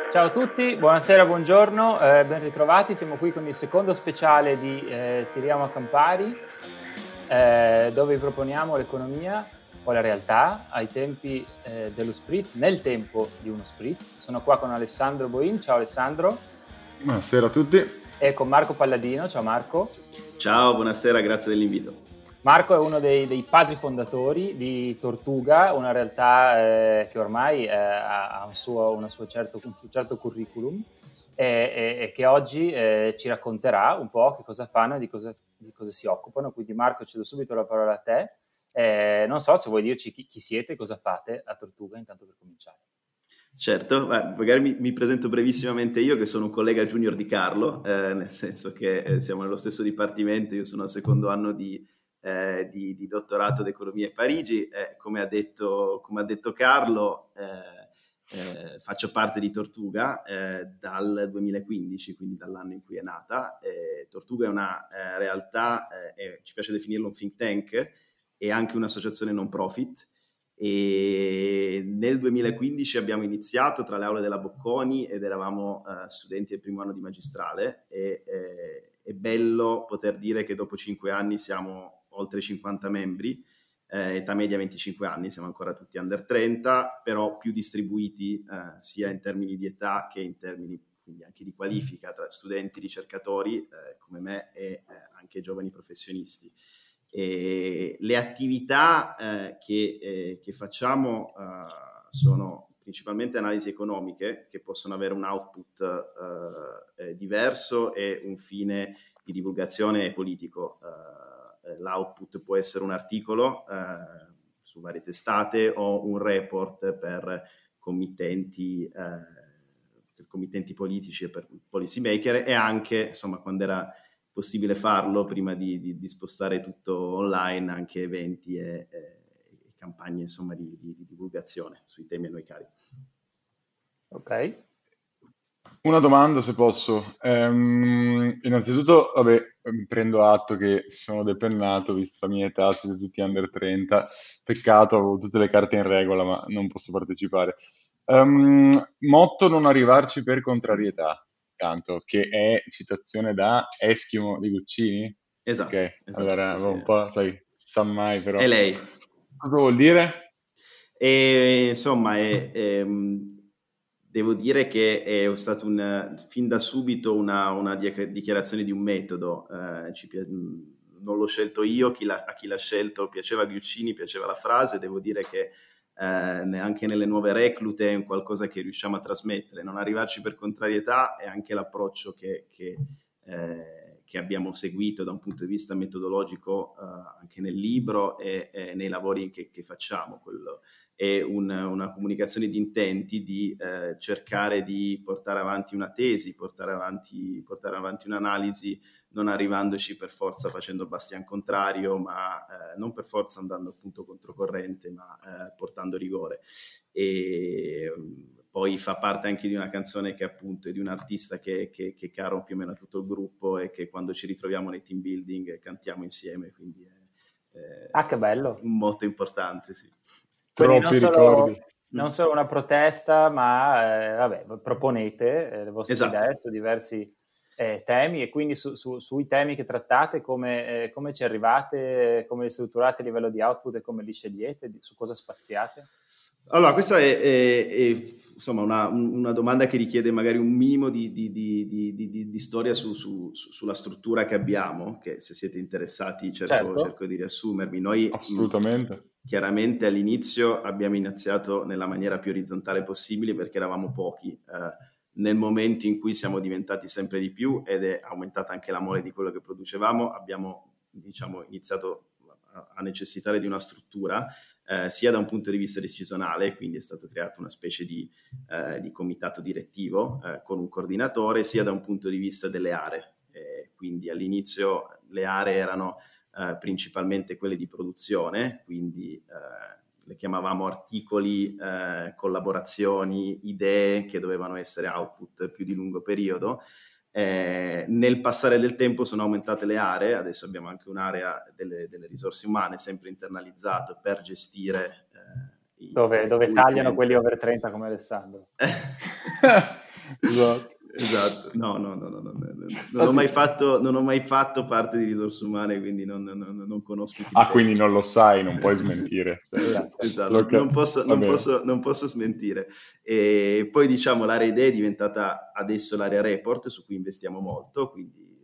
Ciao a tutti, buonasera, buongiorno, ben ritrovati. Siamo qui con il secondo speciale di Tiriamo a Campari, dove vi proponiamo l'economia o la realtà ai tempi dello spritz, nel tempo di uno spritz. Sono qua con Alessandro Boin. Ciao Alessandro. Buonasera a tutti. E con Marco Palladino. Ciao Marco. Ciao, buonasera, grazie dell'invito. Marco è uno dei padri fondatori di Tortuga, una realtà che ormai ha un suo certo curriculum e che oggi ci racconterà un po' che cosa fanno e di cosa si occupano. Quindi Marco, cedo subito la parola a te. Non so se vuoi dirci chi siete e cosa fate a Tortuga, intanto per cominciare. Certo, magari mi presento brevissimamente io, che sono un collega junior di Carlo, nel senso che siamo nello stesso dipartimento. Io sono al secondo anno di dottorato d'economia a Parigi. Come ha detto Carlo, faccio parte di Tortuga dal 2015, quindi dall'anno in cui è nata. Tortuga è una realtà, ci piace definirlo un think tank, e anche un'associazione non profit. E nel 2015 abbiamo iniziato tra le aule della Bocconi ed eravamo studenti del primo anno di magistrale, e è bello poter dire che dopo 5 anni siamo oltre 50 membri, età media 25 anni, siamo ancora tutti under 30, però più distribuiti sia in termini di età che in termini quindi anche di qualifica, tra studenti, ricercatori come me e anche giovani professionisti. E le attività che facciamo sono principalmente analisi economiche, che possono avere un output diverso e un fine di divulgazione politico. L'output può essere un articolo su varie testate o un report per committenti politici e per policy maker, e anche, insomma, quando era possibile farlo, prima di spostare tutto online, anche eventi e campagne, insomma, di divulgazione sui temi a noi cari. Ok. Una domanda, se posso. Innanzitutto, vabbè, prendo atto che sono depennato, vista la mia età, siete tutti under 30. Peccato, avevo tutte le carte in regola, ma non posso partecipare. Motto: non arrivarci per contrarietà, tanto, che è citazione da Eschimo di Guccini? Esatto, Ok, allora sì. un po', sai, si sa mai, però. È lei. Cosa vuol dire? E insomma, devo dire che è stato fin da subito una dichiarazione di un metodo. Non l'ho scelto io, a chi l'ha scelto piaceva Guccini, piaceva la frase. Devo dire che anche nelle nuove reclute è un qualcosa che riusciamo a trasmettere. Non arrivarci per contrarietà è anche l'approccio che abbiamo seguito da un punto di vista metodologico anche nel libro e nei lavori che facciamo. Quello è una comunicazione di intenti, di cercare di portare avanti una tesi, portare avanti un'analisi, non arrivandoci per forza facendo il bastian contrario, ma non per forza andando appunto controcorrente, ma portando rigore. E poi fa parte anche di una canzone che appunto è di un artista che è caro più o meno a tutto il gruppo, e che quando ci ritroviamo nei team building cantiamo insieme, quindi è Che bello. molto importante, sì. Quindi Troppi ricordi. non solo una protesta, ma proponete le vostre Esatto. idee su diversi temi, e quindi sui temi che trattate, come ci arrivate, come li strutturate a livello di output e come li scegliete, su cosa spaziate? Allora, questa è insomma una domanda che richiede magari un minimo di storia sulla struttura che abbiamo, che se siete interessati cerco di riassumermi. Noi Assolutamente. chiaramente all'inizio abbiamo iniziato nella maniera più orizzontale possibile, perché eravamo pochi. Nel momento in cui siamo diventati sempre di più ed è aumentata anche la mole di quello che producevamo, abbiamo, diciamo, iniziato a necessitare di una struttura, sia da un punto di vista decisionale, quindi è stato creato una specie di comitato direttivo con un coordinatore, sia da un punto di vista delle aree. Quindi all'inizio le aree erano principalmente quelle di produzione, quindi le chiamavamo articoli, collaborazioni, idee che dovevano essere output più di lungo periodo. Nel passare del tempo sono aumentate le aree, adesso abbiamo anche un'area delle risorse umane sempre internalizzato per gestire dove tagliano quelli over 30 come Alessandro. Esatto. Esatto, no, non ho Infatti, mai fatto parte di risorse umane, quindi non conosco i quindi criteri. non lo sai, non puoi smentire. Esatto. Esatto, Va bene. non posso smentire. E poi diciamo l'area idee è diventata adesso l'area report su cui investiamo molto, quindi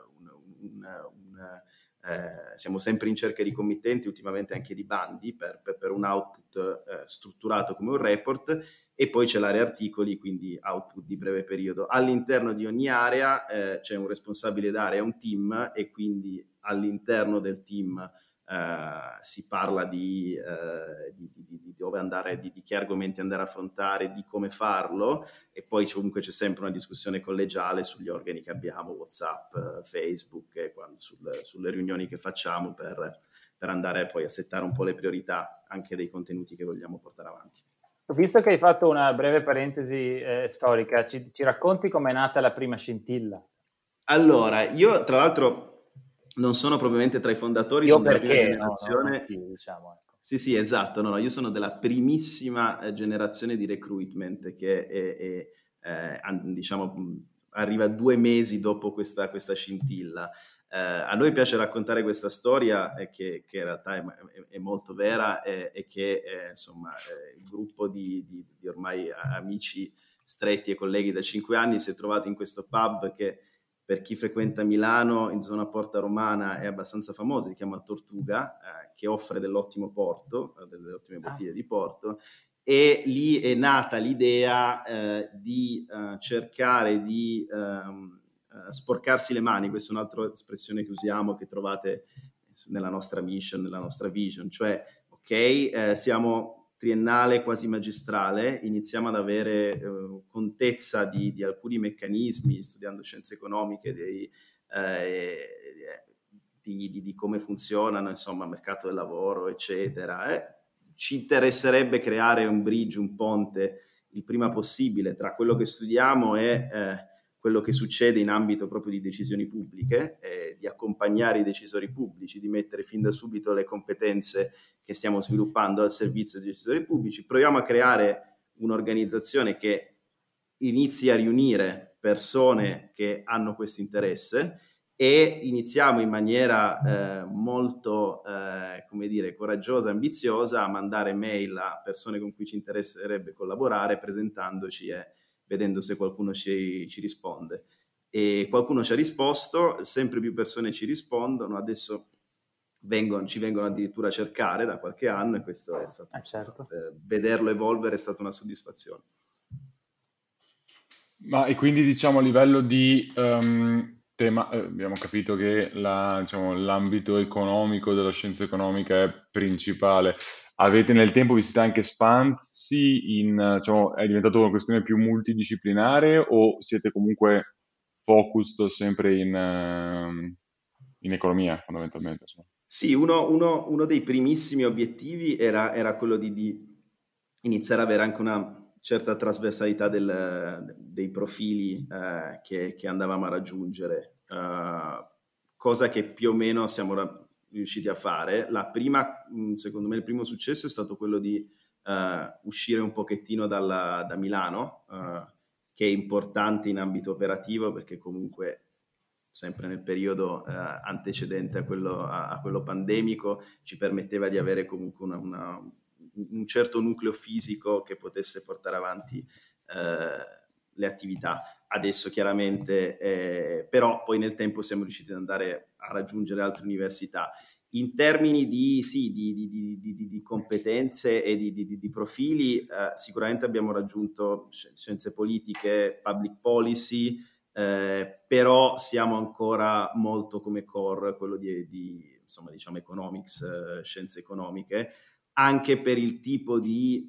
siamo sempre in cerca di committenti, ultimamente anche di bandi per un output strutturato come un report, e poi c'è l'area articoli, quindi output di breve periodo. All'interno di ogni area c'è un responsabile d'area, un team, e quindi all'interno del team si parla di dove andare, di che argomenti andare a affrontare, di come farlo, e poi comunque c'è sempre una discussione collegiale sugli organi che abbiamo, WhatsApp, Facebook, e sulle riunioni che facciamo per andare poi a settare un po' le priorità anche dei contenuti che vogliamo portare avanti. Visto che hai fatto una breve parentesi storica, ci racconti com'è nata la prima scintilla? Allora, io tra l'altro non sono propriamente tra i fondatori, Io sono della prima perché? No, non generazione. chi, diciamo. Ecco. Sì, esatto. No, io sono della primissima generazione di recruitment che diciamo, arriva 2 mesi dopo questa scintilla. A noi piace raccontare questa storia che in realtà è molto vera, e che insomma il gruppo di ormai amici stretti e colleghi da 5 anni si è trovato in questo pub che, per chi frequenta Milano, in zona Porta Romana, è abbastanza famoso, si chiama Tortuga, che offre dell'ottimo porto, delle ottime bottiglie di porto, e lì è nata l'idea di cercare di sporcarsi le mani. Questa è un'altra espressione che usiamo, che trovate nella nostra mission, nella nostra vision, cioè siamo triennale, quasi magistrale, iniziamo ad avere contezza di alcuni meccanismi, studiando scienze economiche, di come funzionano, insomma, il mercato del lavoro, eccetera. Ci interesserebbe creare un bridge, un ponte, il prima possibile tra quello che studiamo e quello che succede in ambito proprio di decisioni pubbliche, di accompagnare i decisori pubblici, di mettere fin da subito le competenze che stiamo sviluppando al servizio dei decisori pubblici. Proviamo a creare un'organizzazione che inizi a riunire persone che hanno questo interesse, e iniziamo in maniera molto come dire, coraggiosa e ambiziosa a mandare mail a persone con cui ci interesserebbe collaborare, presentandoci e vedendo se qualcuno ci risponde. E qualcuno ci ha risposto, sempre più persone ci rispondono, adesso ci vengono addirittura a cercare da qualche anno, e questo è stato, Certo. vederlo evolvere è stata una soddisfazione. Ma e quindi diciamo a livello di tema, abbiamo capito che diciamo, l'ambito economico della scienza economica è principale. Avete nel tempo visto anche espansi diciamo, è diventato una questione più multidisciplinare o siete comunque focused sempre in economia fondamentalmente? Insomma? Sì, uno dei primissimi obiettivi era quello di iniziare ad avere anche una certa trasversalità dei profili che andavamo a raggiungere, cosa che più o meno siamo riusciti a fare. Secondo me il primo successo è stato quello di uscire un pochettino da Milano, che è importante in ambito operativo, perché comunque sempre nel periodo antecedente a quello pandemico ci permetteva di avere comunque un certo nucleo fisico che potesse portare avanti le attività. Adesso chiaramente, però poi nel tempo siamo riusciti ad andare a raggiungere altre università. In termini di competenze e di profili, sicuramente abbiamo raggiunto scienze politiche, public policy, però siamo ancora molto come core quello insomma, diciamo economics, scienze economiche, anche per il tipo di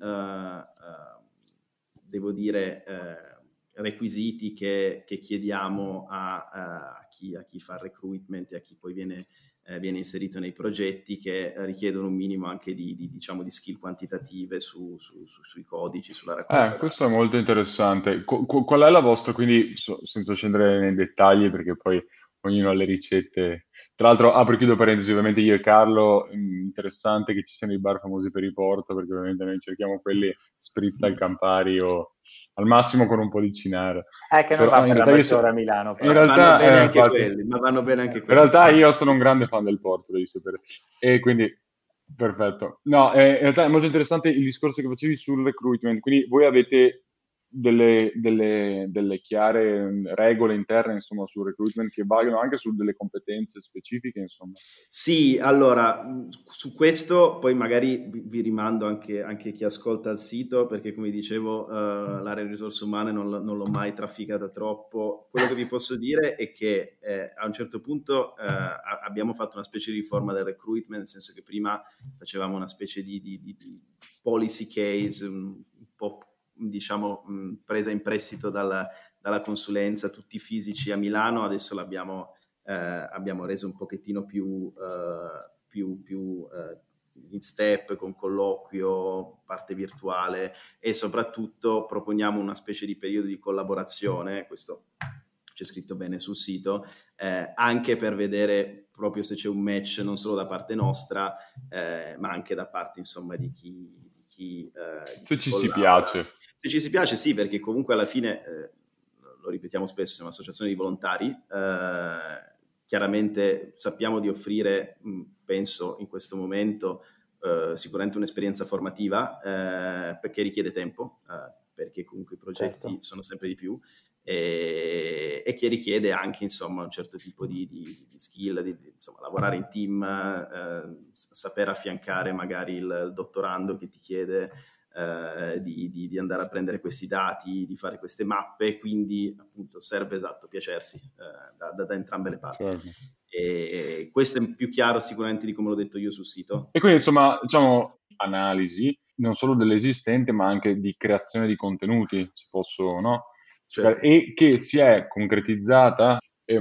devo dire requisiti che chiediamo a chi fa recruitment e a chi poi viene inserito nei progetti, che richiedono un minimo anche diciamo, di skill quantitative sui codici, sulla raccolta dati. Questo è molto interessante. Qual è la vostra, quindi senza scendere nei dettagli, perché poi ognuno ha le ricette. Tra l'altro, apro e chiudo parentesi, ovviamente io e Carlo, interessante che ci siano i bar famosi per il Porto, perché ovviamente noi cerchiamo quelli spritz al Campari o al massimo con un po' di cinara. È che non Però va no, in per la realtà io maggiore a Milano, in però. Vanno bene realtà, anche infatti, quelli, ma vanno bene anche in quelli. realtà io sono un grande fan del Porto, devi sapere. E quindi, perfetto. No, in realtà è molto interessante il discorso che facevi sul recruitment. Quindi voi avete delle chiare regole interne, insomma, sul recruitment che valgono anche su delle competenze specifiche, insomma. Sì, allora, su questo poi magari vi rimando anche chi ascolta il sito, perché come dicevo, l'area di risorse umane non l'ho mai trafficata troppo. Quello che vi posso dire è che a un certo punto abbiamo fatto una specie di riforma del recruitment, nel senso che prima facevamo una specie di policy case, un po' diciamo presa in prestito dalla consulenza, tutti fisici a Milano, adesso abbiamo reso un pochettino più in step con colloquio, parte virtuale e soprattutto proponiamo una specie di periodo di collaborazione, questo c'è scritto bene sul sito, anche per vedere proprio se c'è un match non solo da parte nostra, ma anche da parte insomma di chi Se ci si collabora. piace. Se ci si piace sì, perché comunque alla fine lo ripetiamo spesso, siamo un'associazione di volontari, chiaramente sappiamo di offrire, penso in questo momento, sicuramente un'esperienza formativa, perché richiede tempo, perché comunque i progetti Certo. sono sempre di più, e che richiede anche insomma un certo tipo di skill, insomma, lavorare in team, saper affiancare magari il dottorando che ti chiede di andare a prendere questi dati, di fare queste mappe, quindi appunto serve esatto piacersi da entrambe le parti. Certo. E questo è più chiaro sicuramente di come l'ho detto io sul sito. E quindi, insomma, diciamo, analisi non solo dell'esistente, ma anche di creazione di contenuti, si posso, no? Certo. E che si è concretizzata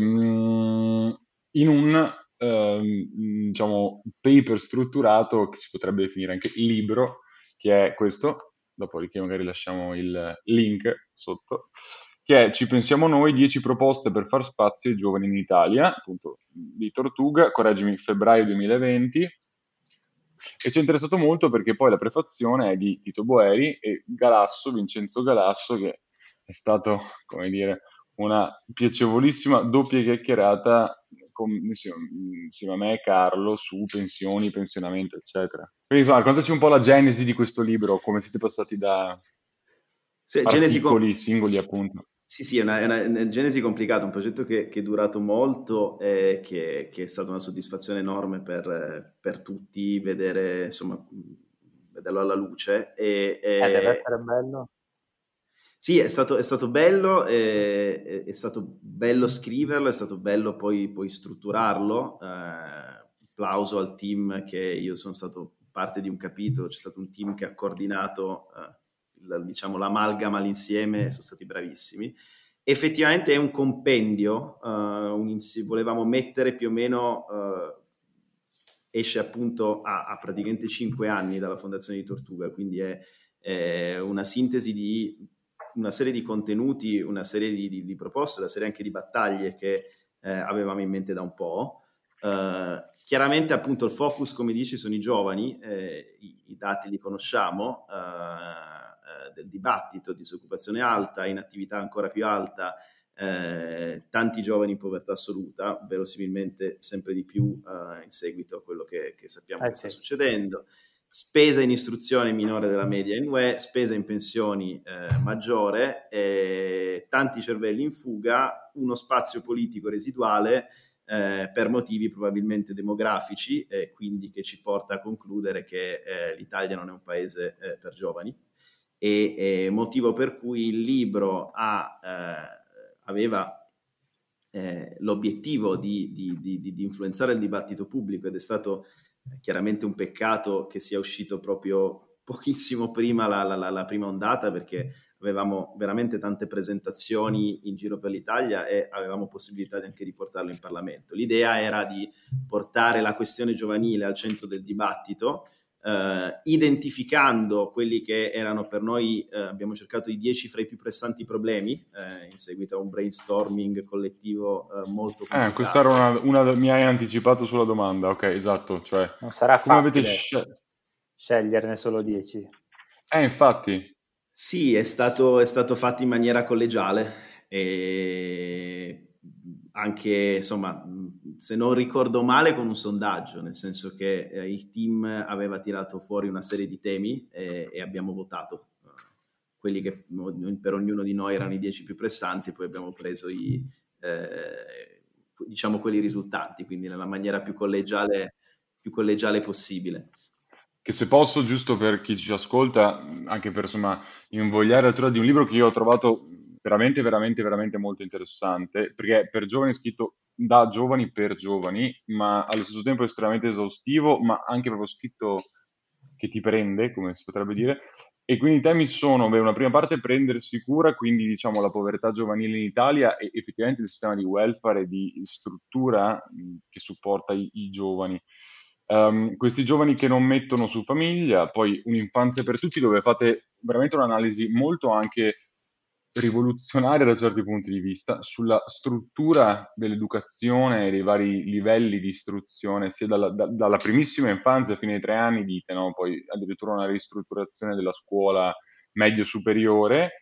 in un, diciamo, paper strutturato che si potrebbe definire anche libro, che è questo, dopodiché magari lasciamo il link sotto, che è Ci pensiamo noi, 10 proposte per far spazio ai giovani in Italia, appunto, di Tortuga, correggimi, febbraio 2020, e ci è interessato molto perché poi la prefazione è di Tito Boeri e Galasso, Vincenzo Galasso, che è stato, come dire, una piacevolissima doppia chiacchierata insieme a me e Carlo su pensioni, pensionamento, eccetera. Quindi insomma, raccontaci un po' la genesi di questo libro, come siete passati da Sì, articoli singoli, appunto. sì, sì, è una genesi complicata, un progetto che è durato molto e che è stata una soddisfazione enorme per tutti vedere, insomma, vederlo alla luce. Deve essere bello. Sì, è stato bello, è stato bello scriverlo, è stato bello poi strutturarlo. Applauso al team che io sono stato parte di un capitolo, c'è stato un team che ha coordinato diciamo, l'amalgama, l'insieme, sono stati bravissimi. Effettivamente è un compendio, volevamo mettere più o meno, esce appunto a praticamente 5 anni dalla fondazione di Tortuga, quindi è una sintesi di una serie di contenuti, una serie di proposte, una serie anche di battaglie che avevamo in mente da un po'. Chiaramente appunto il focus, come dici, sono i giovani, i dati li conosciamo, del dibattito, disoccupazione alta, inattività ancora più alta, tanti giovani in povertà assoluta, verosimilmente sempre di più in seguito a quello che sappiamo che sta Sì. succedendo, spesa in istruzione minore della media in UE, spesa in pensioni maggiore, tanti cervelli in fuga, uno spazio politico residuale per motivi probabilmente demografici, quindi che ci porta a concludere che l'Italia non è un paese per giovani, e motivo per cui il libro aveva l'obiettivo di influenzare il dibattito pubblico, ed è stato chiaramente un peccato che sia uscito proprio pochissimo prima la prima ondata, perché avevamo veramente tante presentazioni in giro per l'Italia e avevamo possibilità anche di portarlo in Parlamento. L'idea era di portare la questione giovanile al centro del dibattito, identificando quelli che erano per noi, abbiamo cercato i 10 fra i più pressanti problemi, in seguito a un brainstorming collettivo molto Questa era complicato. mi hai anticipato sulla domanda, ok, esatto, cioè Non sarà come avete facile scelto? sceglierne solo 10. Infatti, Sì, è stato fatto in maniera collegiale e anche, insomma, se non ricordo male, con un sondaggio, nel senso che il team aveva tirato fuori una serie di temi e abbiamo votato quelli che per ognuno di noi erano i 10 più pressanti, poi abbiamo preso diciamo quelli risultanti, quindi nella maniera più collegiale possibile. che se posso, giusto per chi ci ascolta, anche per insomma invogliare la lettura di un libro che io ho trovato veramente, veramente, veramente molto interessante, perché è per giovani, scritto da giovani per giovani, ma allo stesso tempo estremamente esaustivo, ma anche proprio scritto che ti prende, come si potrebbe dire. E quindi i temi sono, una prima parte prendersi cura, quindi diciamo la povertà giovanile in Italia e effettivamente il sistema di welfare e di struttura che supporta i giovani. Questi giovani che non mettono su famiglia, poi un'infanzia per tutti, dove fate veramente un'analisi molto anche rivoluzionaria da certi punti di vista sulla struttura dell'educazione e dei vari livelli di istruzione, sia dalla primissima infanzia fino ai 3 anni, dite, no? Poi addirittura una ristrutturazione della scuola medio superiore.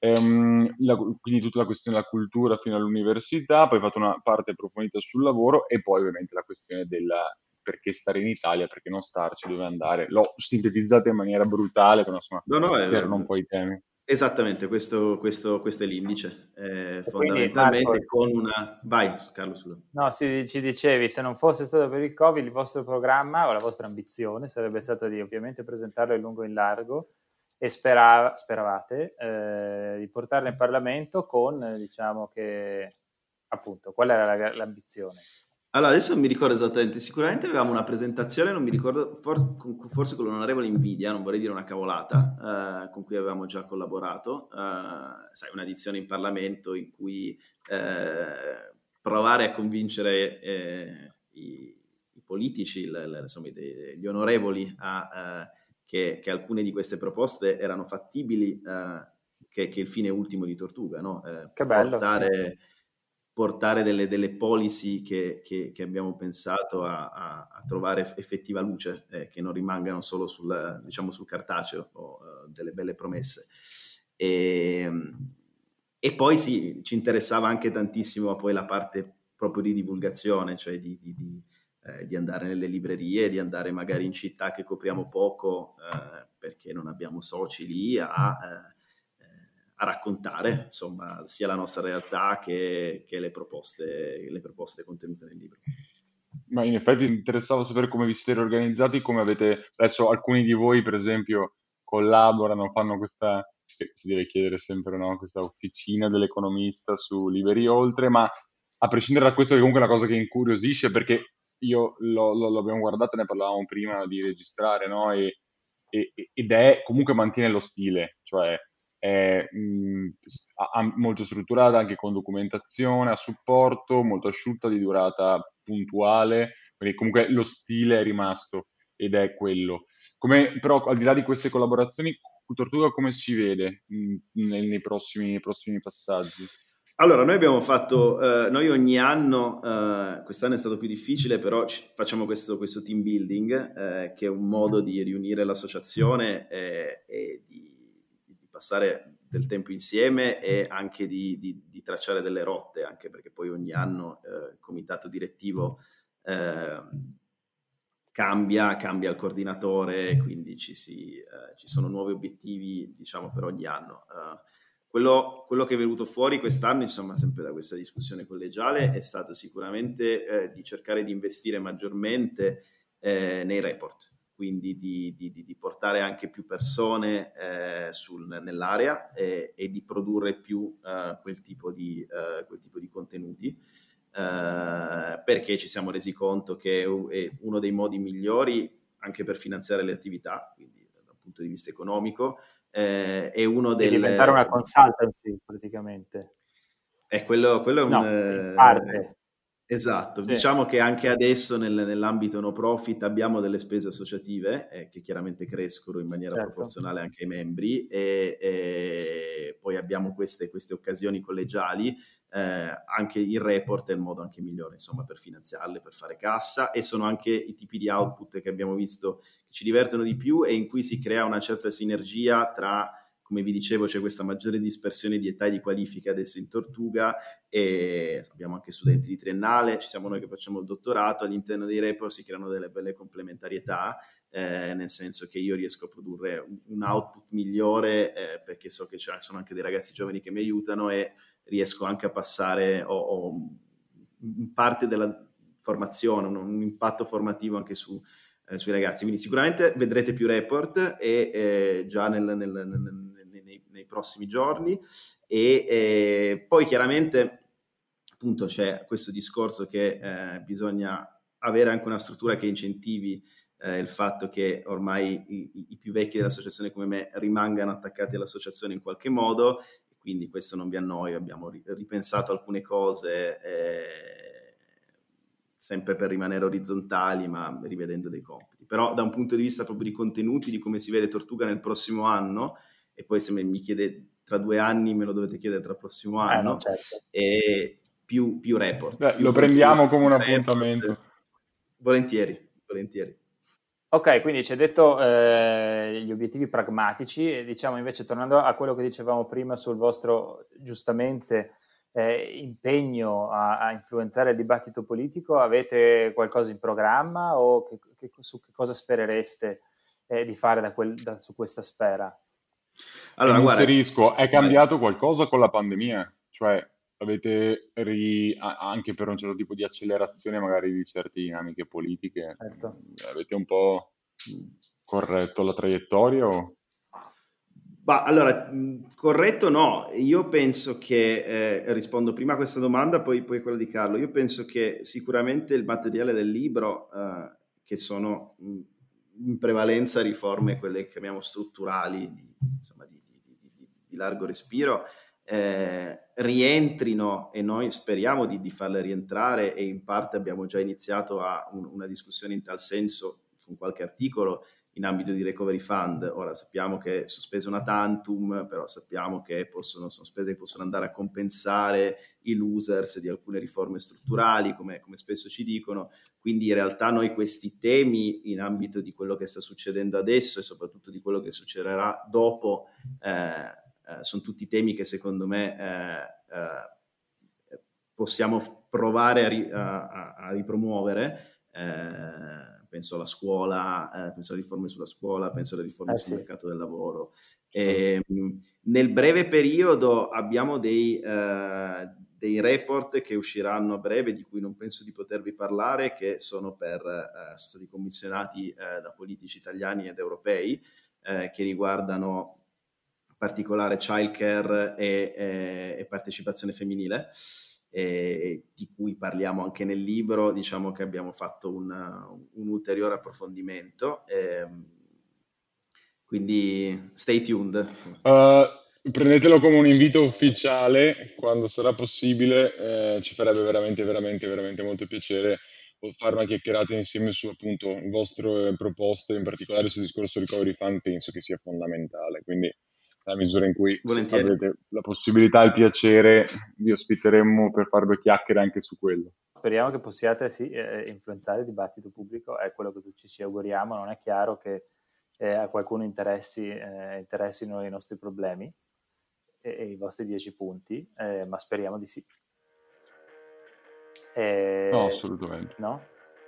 Quindi tutta la questione della cultura fino all'università, poi fate una parte approfondita sul lavoro e poi ovviamente la questione della perché stare in Italia, perché non starci, dove andare. L'ho sintetizzata in maniera brutale, però insomma No, no, questi erano un po' i temi. esattamente, questo è l'indice. E quindi Marco, Fondamentalmente con una... Vai, Carlo, scusa. no, ci dicevi, se non fosse stato per il Covid, il vostro programma o la vostra ambizione sarebbe stata di ovviamente presentarlo in lungo e in largo e speravate di portarlo in Parlamento con, diciamo che, appunto, qual era l'ambizione? Allora, adesso non mi ricordo esattamente, sicuramente avevamo una presentazione, non mi ricordo, forse con l'onorevole Invidia, non vorrei dire una cavolata, con cui avevamo già collaborato, sai, un'edizione in Parlamento in cui provare a convincere i politici, insomma, gli onorevoli che alcune di queste proposte erano fattibili, che il fine ultimo di Tortuga, no? Che bello, sì. Portare delle policy che abbiamo pensato a trovare effettiva luce, che non rimangano solo diciamo, sul cartaceo o delle belle promesse. E poi sì, ci interessava anche tantissimo poi la parte proprio di divulgazione, cioè di andare nelle librerie, di andare magari in città che copriamo poco perché non abbiamo soci lì a raccontare, insomma, sia la nostra realtà che le proposte contenute nel libro. Ma in effetti mi interessava sapere come vi siete organizzati, come avete, adesso alcuni di voi per esempio collaborano, fanno questa, che si deve chiedere sempre, no? Questa officina dell'economista su Liberi Oltre, ma a prescindere da questo, che comunque è una cosa che incuriosisce, perché io l'abbiamo guardato, ne parlavamo prima di registrare, no? Ed è, comunque mantiene lo stile, cioè è molto strutturata anche con documentazione a supporto, molto asciutta, di durata puntuale, quindi comunque lo stile è rimasto ed è quello. Come, però al di là di queste collaborazioni, Tortuga come si vede nei prossimi passaggi? Allora, noi abbiamo fatto, noi ogni anno, quest'anno è stato più difficile, però facciamo questo team building, che è un modo di riunire l'associazione e di passare del tempo insieme e anche di tracciare delle rotte, anche perché poi ogni anno il comitato direttivo eh, cambia il coordinatore, quindi ci sono nuovi obiettivi, diciamo, per ogni anno. Quello che è venuto fuori quest'anno, insomma, sempre da questa discussione collegiale, è stato sicuramente di cercare di investire maggiormente nei report, quindi di portare anche più persone nell'area e di produrre più quel tipo di contenuti. Perché ci siamo resi conto che è uno dei modi migliori anche per finanziare le attività, quindi dal punto di vista economico, è uno Di diventare una consultancy praticamente. quello è un... No, in parte. Esatto, Sì, diciamo che anche adesso nell'ambito no profit abbiamo delle spese associative che chiaramente crescono in maniera certo. proporzionale anche ai membri e poi abbiamo queste occasioni collegiali, anche il report è il modo anche migliore insomma per finanziarle, per fare cassa e sono anche i tipi di output che abbiamo visto che ci divertono di più e in cui si crea una certa sinergia tra, come vi dicevo, c'è questa maggiore dispersione di età e di qualifiche adesso in Tortuga e abbiamo anche studenti di triennale, ci siamo noi che facciamo il dottorato, all'interno dei report si creano delle belle complementarietà, nel senso che io riesco a produrre un output migliore perché so che ci sono anche dei ragazzi giovani che mi aiutano e riesco anche a passare ho parte della formazione, un impatto formativo anche sui ragazzi. Quindi sicuramente vedrete più report e già nei prossimi giorni e poi chiaramente appunto c'è questo discorso che bisogna avere anche una struttura che incentivi il fatto che ormai i più vecchi dell'associazione come me rimangano attaccati all'associazione in qualche modo e quindi questo non vi annoio, abbiamo ripensato alcune cose sempre per rimanere orizzontali ma rivedendo dei compiti. Però da un punto di vista proprio di contenuti, di come si vede Tortuga nel prossimo anno, e poi se mi chiede tra 2 anni me lo dovete chiedere tra il prossimo No, anno, certo. e più report, Beh, più lo contenuti, prendiamo come più un report. appuntamento. Volentieri, volentieri. Ok, quindi ci hai detto gli obiettivi pragmatici e diciamo invece tornando a quello che dicevamo prima sul vostro giustamente impegno a influenzare il dibattito politico, avete qualcosa in programma o su che cosa sperereste di fare su questa sfera? E Allora, mi guarda, inserisco, è vai. cambiato qualcosa con la pandemia? Cioè, avete anche per un certo tipo di accelerazione magari di certe dinamiche politiche, Certo. avete un po' corretto la traiettoria o... Ma allora, corretto no, io penso che, rispondo prima a questa domanda, poi quella di Carlo, io penso che sicuramente il materiale del libro, che sono in prevalenza riforme, quelle che chiamiamo strutturali, insomma, di largo respiro, rientrino e noi speriamo di farle rientrare e in parte abbiamo già iniziato una discussione in tal senso con qualche articolo in ambito di recovery fund. Ora sappiamo che è sospesa una tantum, però sappiamo che sono spese che possono andare a compensare i losers di alcune riforme strutturali, come spesso ci dicono. Quindi in realtà noi questi temi in ambito di quello che sta succedendo adesso e soprattutto di quello che succederà dopo, sono tutti temi che secondo me possiamo provare a ripromuovere. Penso alla scuola, penso alle riforme sulla scuola, penso alle riforme sul Sì. mercato del lavoro. Certo. Nel breve periodo abbiamo dei report che usciranno a breve, di cui non penso di potervi parlare, che sono stati commissionati da politici italiani ed europei, che riguardano in particolare childcare e partecipazione femminile. Di cui parliamo anche nel libro, diciamo che abbiamo fatto un ulteriore approfondimento, quindi stay tuned. Prendetelo come un invito ufficiale, quando sarà possibile, ci farebbe veramente, veramente, veramente molto piacere fare una chiacchierata insieme su appunto le vostre proposte, in particolare sul discorso recovery fund, penso che sia fondamentale. Quindi, nella misura in cui Volentieri. avrete la possibilità e il piacere, vi ospiteremmo per fare due chiacchiere anche su quello. Speriamo che possiate sì, influenzare il dibattito pubblico, è quello che ci auguriamo, non è chiaro che a qualcuno interessino i nostri problemi e i vostri 10 punti, ma speriamo di sì. No, assolutamente. No?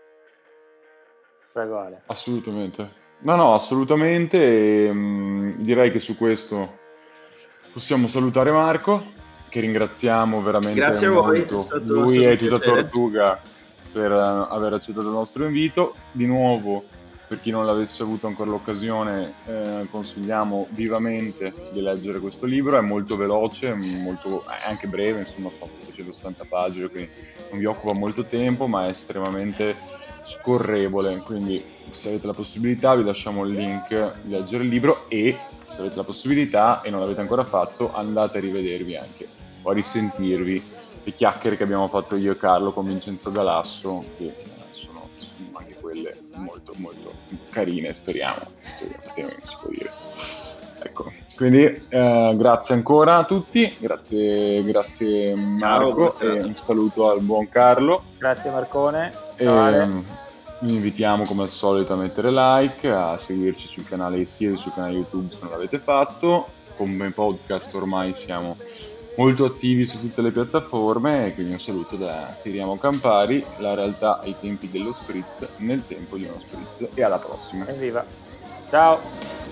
Prego Ale. Assolutamente. No, no, assolutamente. Direi che su questo possiamo salutare Marco, che ringraziamo veramente Grazie a voi, è molto, stato lui un e tutta piacere. Tortuga, per aver accettato il nostro invito. Di nuovo, per chi non l'avesse avuto ancora l'occasione, consigliamo vivamente di leggere questo libro. È molto veloce, è anche breve, insomma, fa 270 pagine, quindi non vi occupa molto tempo, ma è estremamente scorrevole. Quindi, se avete la possibilità, vi lasciamo il link di leggere il libro e, se avete la possibilità e non l'avete ancora fatto, andate a rivedervi anche o a risentirvi chiacchiere che abbiamo fatto io e Carlo con Vincenzo Galasso, che sono anche quelle molto molto carine, speriamo, effettivamente si può dire. Ecco, quindi grazie ancora a tutti, grazie Marco. Ciao, e un saluto al buon Carlo. Grazie Marcone. Vi invitiamo come al solito a mettere like, a seguirci sul canale, iscrivervi sul canale YouTube se non l'avete fatto. Come podcast ormai siamo molto attivi su tutte le piattaforme, e quindi un saluto da Tiriamo Campari, la realtà ai tempi dello spritz, nel tempo di uno spritz, e alla prossima. Evviva. Ciao.